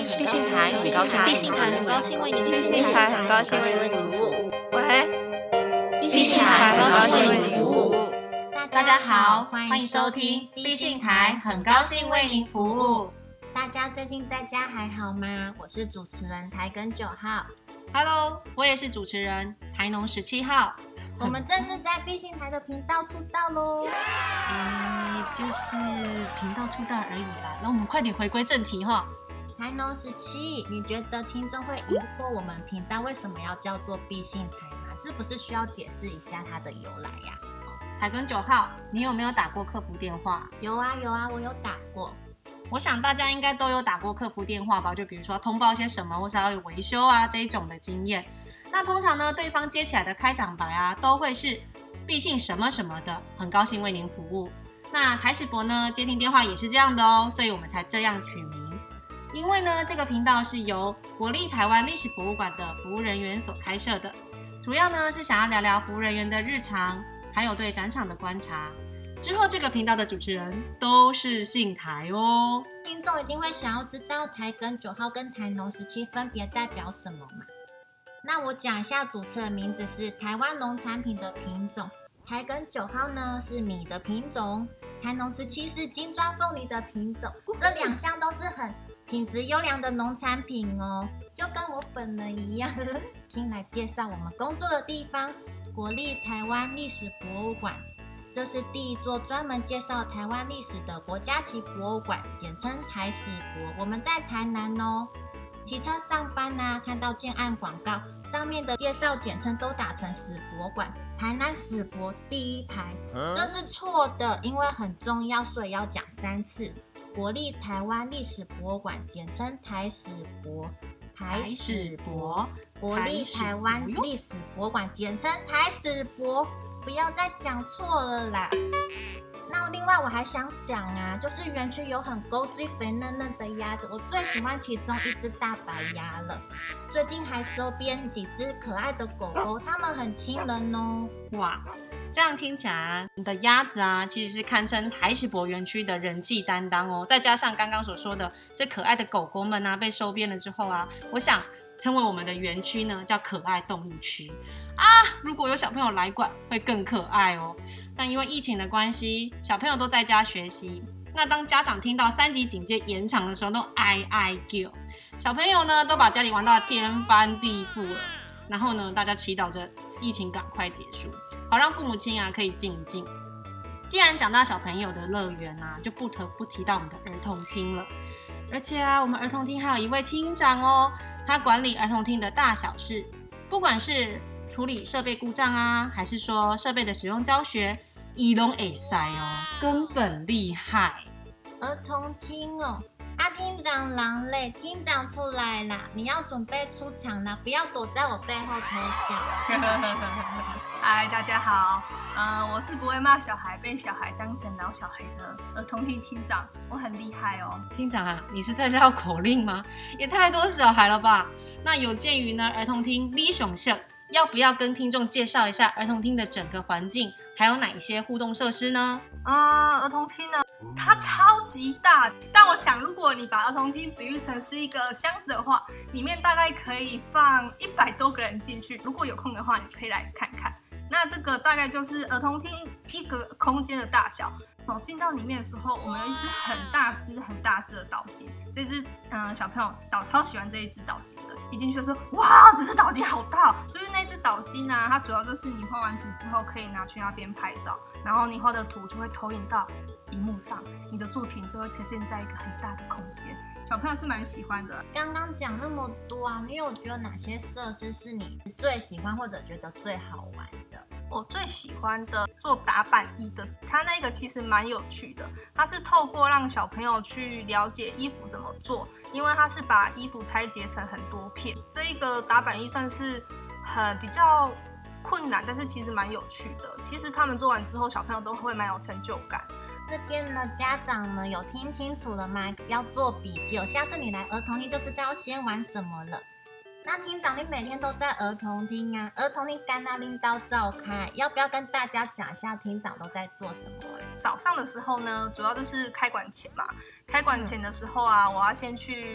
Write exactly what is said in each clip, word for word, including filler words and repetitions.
毕信台很高兴， 毕信台很高兴为您， 毕信台很高兴为您服务。喂， 毕信台很高兴为您服务。 大家好，欢迎收听毕信台很高兴为您服务。 大家最近在家还好吗？我是主持人台根九号。 Hello， 我也是主持人台农十七号。 我们正式在毕信台的频道出道咯。 嗯，就是频道出道而已啦。那我们快点回归正题哈。 台农十七，你觉得听众会疑惑我们频道为什么要叫做毕信台吗？是不是需要解释一下它的由来呀、 啊？台根九号，你有没有打过客服电话？ 有啊有啊，我有打过。 我想大家应该都有打过客服电话吧，就比如说通报些什么，或是要有维修啊这一种的经验。那通常呢，对方接起来的开场白啊，都会是毕信什么什么的，很高兴为您服务。那台史博呢，接听电话也是这样的哦，所以我们才这样取名。因为呢，这个频道是由国立台湾历史博物馆的服务人员所开设的，主要呢是想要聊聊服务人员的日常，还有对展场的观察。之后这个频道的主持人都是姓台哦。 听众一定会想要知道台根九号跟台农十七分别代表什么嘛？那我讲一下主持人名字是台湾农产品的品种，台根九号呢是米的品种，台农十七是金砖凤梨的品种，这两项都是很品质优良的农产品哦，就跟我本人一样。先来介绍我们工作的地方——国立台湾历史博物馆。这是第一座专门介绍台湾历史的国家级博物馆，简称台史博。我们在台南哦。骑车上班啊，看到建案广告，上面的介绍简称都打成史博馆，台南史博第一排，这是错的，因为很重要，所以要讲三次。国立台湾历史博物馆，简称台史博，台史博，国立台湾历史博物馆，简称台史博，不要再讲错了啦。那另外我还想讲啊，就是园区有很勾最肥嫩嫩的鸭子，我最喜欢其中一只大白鸭了。最近还收编几只可爱的狗狗，它们很亲人哦。 哇，这样听起来啊，你的鸭子啊，其实是堪称台史博园区的人气担当哦。再加上刚刚所说的这可爱的狗狗们啊，被收编了之后啊，我想称为我们的园区呢叫可爱动物区啊。如果有小朋友来馆，会更可爱哦。但因为疫情的关系，小朋友都在家学习。那当家长听到三级警戒延长的时候，都哀哀叫。小朋友呢，都把家里玩到天翻地覆了。然后呢，大家祈祷着疫情赶快结束，好让父母亲啊可以静一静。既然讲到小朋友的乐园啊，就不得不提到我们的儿童厅了。而且啊，我们儿童厅还有一位厅长哦，他管理儿童厅的大小事，不管是处理设备故障啊，还是说设备的使用教学，伊拢会使哦，根本厉害。 儿童厅哦，啊厅长狼嘞，厅长出来啦，你要准备出场啦，不要躲在我背后偷笑。 嗨，大家好，呃，我是不会骂小孩，被小孩当成老小孩的儿童厅厅长，我很厉害哦。 厅长啊，你是在绕口令吗？也太多小孩了吧？那有鉴于呢，儿童厅李雄秀。要不要跟听众介绍一下儿童厅的整个环境，还有哪一些互动设施呢？ 嗯，儿童厅呢，它超级大，但我想如果你把儿童厅比喻成是一个箱子的话，里面大概可以放一百多个人进去。如果有空的话，你可以来看看。那这个大概就是儿童厅一个空间的大小。走进到里面的时候，我们有一只很大只、很大只的岛鲸。这只嗯、呃、小朋友岛超喜欢这一只岛鲸的，一进去就说哇，这只岛鲸好大、哦！就是那只岛鲸啊，它主要就是你画完图之后可以拿去那边拍照，然后你画的图就会投影到荧幕上，你的作品就会呈现在一个很大的空间。小朋友是蛮喜欢的。 刚刚讲那么多啊，你有觉得哪些设施是你最喜欢或者觉得最好玩的？ 我最喜欢的做打板衣的，它那个其实蛮有趣的，它是透过让小朋友去了解衣服怎么做，因为它是把衣服拆解成很多片。这一个打板衣算是很比较困难，但是其实蛮有趣的。其实他们做完之后，小朋友都会蛮有成就感。 这边呢，家长呢有听清楚了吗？要做笔记哦，下次你来儿童厅就知道要先玩什么了。那厅长，你每天都在儿童厅啊？儿童厅干那拎刀召开，要不要跟大家讲一下厅长都在做什么、啊？ 早上的时候呢，主要就是开馆前嘛。开馆前的时候啊，我要先去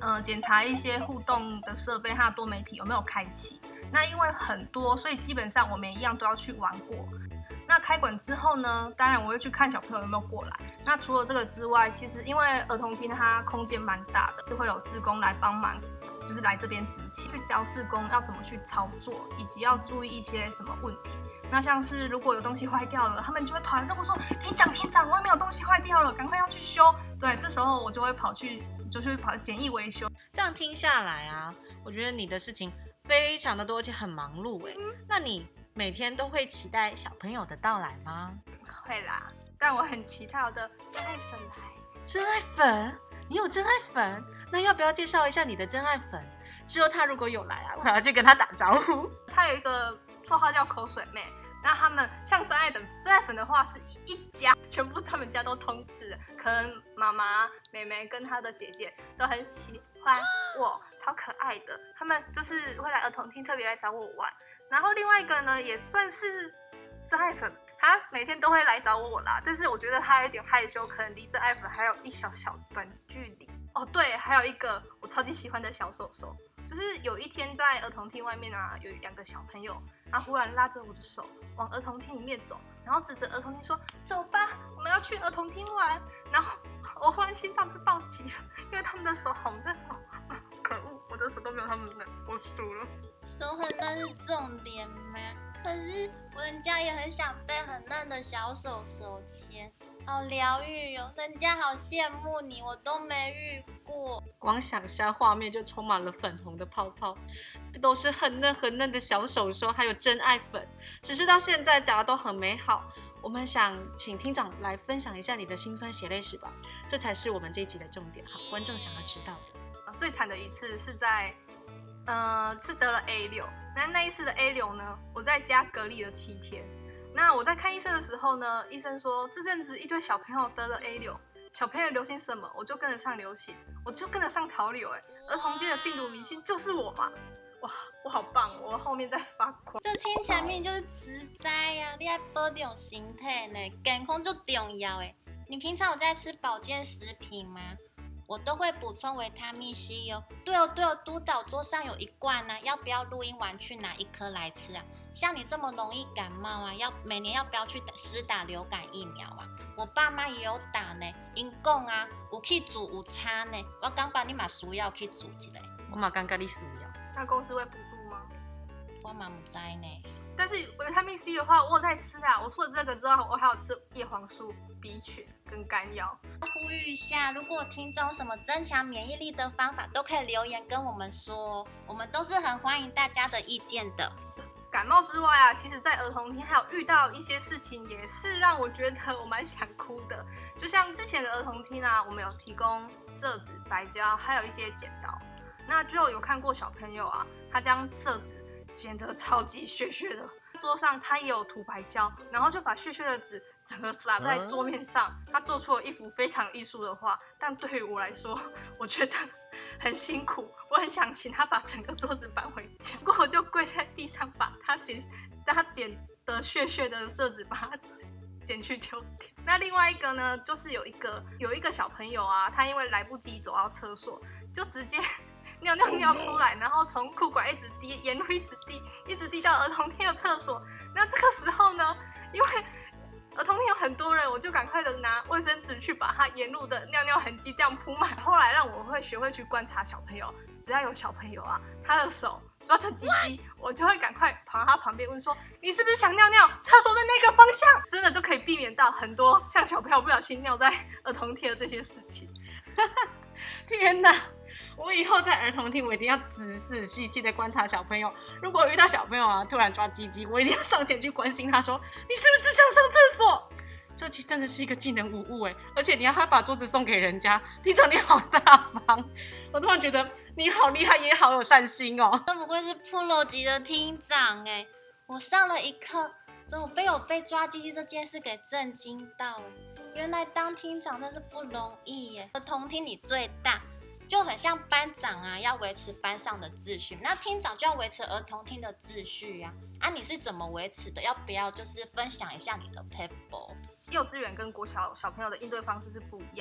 呃检查一些互动的设备，它的多媒体有没有开启。那因为很多，所以基本上我每一样都要去玩过。那开馆之后呢，当然我会去看小朋友有没有过来。那除了这个之外，其实因为儿童厅它空间蛮大的，就会有志工来帮忙，就是来这边执勤，去教志工要怎么去操作，以及要注意一些什么问题。那像是如果有东西坏掉了，他们就会跑来跟我说：“厅长，厅长，外面有东西坏掉了，赶快要去修。”对，这时候我就会跑去，就去跑简易维修。 这样听下来啊，我觉得你的事情非常的多，而且很忙碌哎。嗯、那你每天都会期待小朋友的到来吗？ 会啦，但我很期待我的真爱粉来。 真爱粉？你有真爱粉？那要不要介绍一下你的真爱粉？之后他如果有来啊，我要去跟他打招呼。 他有一个绰号叫口水妹。那他们像真爱的真爱粉的话，是一家全部他们家都通吃的，可能妈妈、妹妹跟她的姐姐都很喜欢我，超可爱的。他们就是会来儿童厅特别来找我玩。然后另外一个呢，也算是真爱粉，他每天都会来找我啦，但是我觉得他有点害羞，可能离真爱粉还有一小小段距离。哦，对，还有一个我超级喜欢的小手手。就是有一天在儿童厅外面啊，有两个小朋友，他忽然拉着我的手往儿童厅里面走，然后指着儿童厅说：“走吧，我们要去儿童厅玩。”然后我忽然心脏被暴击了，因为他们的手好嫩哦，可恶，我的手都没有他们嫩，我输了。 手很嫩是重点吗？可是人家也很想被很嫩的小手手牵。好疗愈哦，人家好羡慕你，我都没遇过。 光想象画面就充满了粉红的泡泡，都是很嫩很嫩的小手手，还有真爱粉。只是到现在讲的都很美好，我们想请厅长来分享一下你的辛酸血泪史吧，这才是我们这一集的重点，好，观众想要知道的。 最惨的一次是在，呃，是得了 A 六，那那一次的 A 六呢，我在家隔离了七天。那我在看医生的时候呢，医生说这阵子一堆小朋友得了 A 六，小朋友流行什么，我就跟得上流行，我就跟得上潮流。哎，儿童界的病毒明星就是我嘛！哇，我好棒，我后面在发光。 这听起来明明就是植栽呀，你要保重身体呢，健康就重要哎。你平常有在吃保健食品吗？我都会补充维他命 C 哦。对哦对哦，督导桌上有一罐呢、啊，要不要录音完去拿一颗来吃啊？像你这么容易感冒啊，要每年要不要去施打流感疫苗啊？我爸妈也有打呢，因讲啊，有去煮有差呢。我刚把你嘛需要去煮一下。 我嘛感觉你需要。 那公司会补助吗？ 我嘛不知呢。 但是维他命 C 的话，我有在吃啊。我除了这个之外，我还有吃叶黄素、B 群跟肝药。 呼吁一下，如果听众有什么增强免疫力的方法，都可以留言跟我们说，我们都是很欢迎大家的意见的。 感冒之外啊，其实在儿童厅还有遇到一些事情，也是让我觉得我蛮想哭的。就像之前的儿童厅啊，我们有提供色纸、白胶，还有一些剪刀。那就有看过小朋友啊，他将色纸剪得超级屑屑的，桌上他也有涂白胶，然后就把屑屑的纸整个撒在桌面上，他做出了一幅非常艺术的画。但对于我来说，我觉得很辛苦，我很想请他把整个桌子搬回家，不过我就跪在地上把他剪他剪得屑屑的色纸把它捡去丢掉。那另外一个呢，就是有一个有一个小朋友啊，他因为来不及走到厕所，就直接尿尿尿出来，然后从裤管一直滴，沿路一直滴，一直滴到儿童厅的厕所。那这个时候呢，因为儿童厅有很多人，我就赶快的拿卫生纸去把他沿路的尿尿痕迹这样铺满。后来让我会学会去观察小朋友，只要有小朋友啊，他的手抓着鸡鸡，我就会赶快跑到他旁边问说：“你是不是想尿尿？厕所的那个方向。”真的就可以避免到很多像小朋友不小心尿在儿童厅的这些事情。 天哪！我以后在儿童厅，我一定要仔仔细细的观察小朋友。如果遇到小朋友啊突然抓鸡鸡，我一定要上前去关心他说：“你是不是想上厕所？”这期真的是一个技能无误哎，而且你要他把桌子送给人家，厅长你好大方，我突然觉得你好厉害，也好有善心哦。 真不愧是 Pro 级的厅长哎，我上了一课，怎么被我被抓鸡鸡这件事给震惊到了？原来当厅长真是不容易耶。儿童厅你最大，就很像班长啊，要维持班上的秩序，那厅长就要维持儿童厅的秩序啊。啊，你是怎么维持的？要不要就是分享一下你的 paper？ 幼稚园跟国小小朋友的应对方式是不一样的。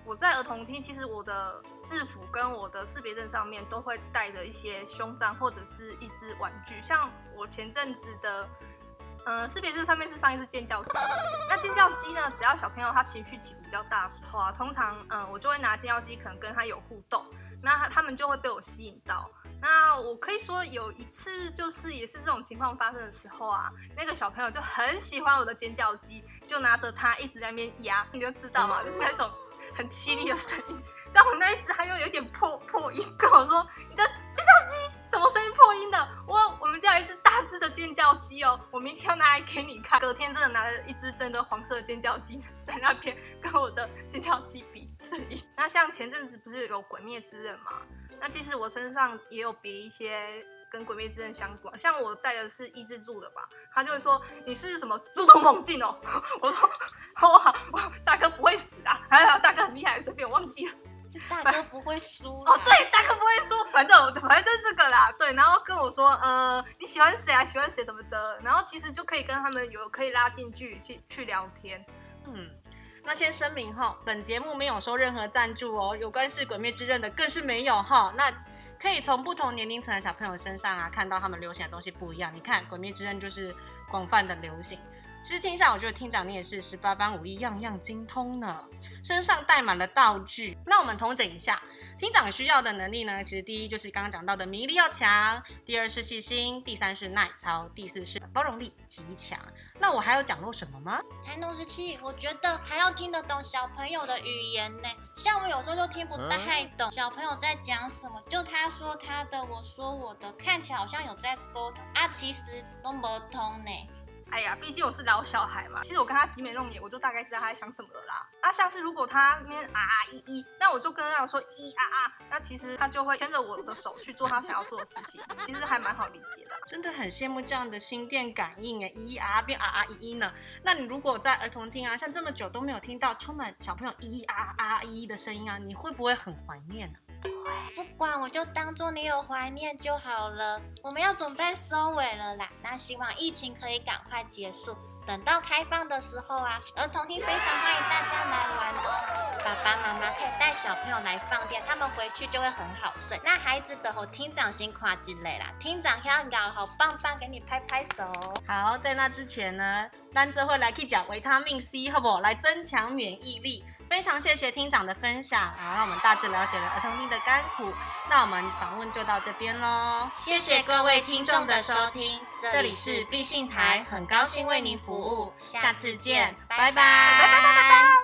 我在儿童厅，其实我的制服跟我的识别证上面都会带着一些胸章或者是一只玩具，像我前阵子的。呃，识别证上面是放一只尖叫鸡。那尖叫鸡呢，只要小朋友他情绪起伏比较大的时候啊，通常嗯、呃，我就会拿尖叫鸡可能跟他有互动，那他他们就会被我吸引到。那我可以说有一次就是也是这种情况发生的时候啊，那个小朋友就很喜欢我的尖叫鸡，就拿着它一直在那边压，你就知道嘛，就是那种很凄厉的声音。但我那一只还有有点破破音，跟我说你的尖叫鸡什么声音破音的？我我们家有一只大只的尖叫鸡哦，我明天要拿来给你看。隔天真的拿了一只真的黄色的尖叫鸡在那边跟我的尖叫鸡比声音。那像前阵子不是有鬼灭之刃嘛？那其实我身上也有别一些跟鬼灭之刃相关，像我带的是伊之助的吧，他就会说你是什么猪头猛进哦，我说哇哇大哥不会死啊，还好大哥很厉害，随便我忘记了。 是大哥不会输哦，对，大哥不会输，反正反正就是这个啦，对，然后跟我说，呃，你喜欢谁啊？喜欢谁什么的，然后其实就可以跟他们有可以拉近距离去去聊天。 嗯，那先声明哈，本节目没有收任何赞助哦，有关是《鬼灭之刃》的更是没有哈。那可以从不同年龄层的小朋友身上啊，看到他们流行的东西不一样。你看，《鬼灭之刃》就是广泛的流行。其实听下，我觉得厅长你也是十八般武艺样样精通呢，身上带满了道具。那我们统整一下，厅长需要的能力呢，其实第一就是刚刚讲到的免疫力要强，第二是细心，第三是耐操，第四是包容力极强。那我还有讲漏什么吗？ 台农时期，我觉得还要听得懂小朋友的语言呢。像我有时候就听不太懂小朋友在讲什么，就他说他的，我说我的，看起来好像有在沟通啊，其实都没通呢。 哎呀，毕竟我是老小孩嘛，其实我跟他挤眉弄眼，我就大概知道他在想什么了啦。那像是如果他那边啊啊一一，那我就跟他说一啊啊，那其实他就会牵着我的手去做他想要做的事情，其实还蛮好理解的。 真的很羡慕这样的心电感应哎，一啊变啊啊一一呢。那你如果在儿童厅啊，像这么久都没有听到充满小朋友一啊啊一一的声音啊，你会不会很怀念呢？ 不管，我就当做你有怀念就好了。我们要准备收尾了啦，那希望疫情可以赶快结束。等到开放的时候啊，儿童厅非常欢迎大家来玩哦。爸爸妈妈可以带小朋友来放电，他们回去就会很好睡。那孩子的吼，厅长先夸之类啦，厅长要搞好棒棒，给你拍拍手。 好，在那之前呢，咱这会来去讲维他命 C， 好不好？来增强免疫力。非常谢谢厅长的分享，然后让我们大致了解了儿童厅的甘苦。那我们访问就到这边咯， 谢谢各位听众的收听，这里是必信台，很高兴为您服务，下次见，拜拜。 拜拜拜拜。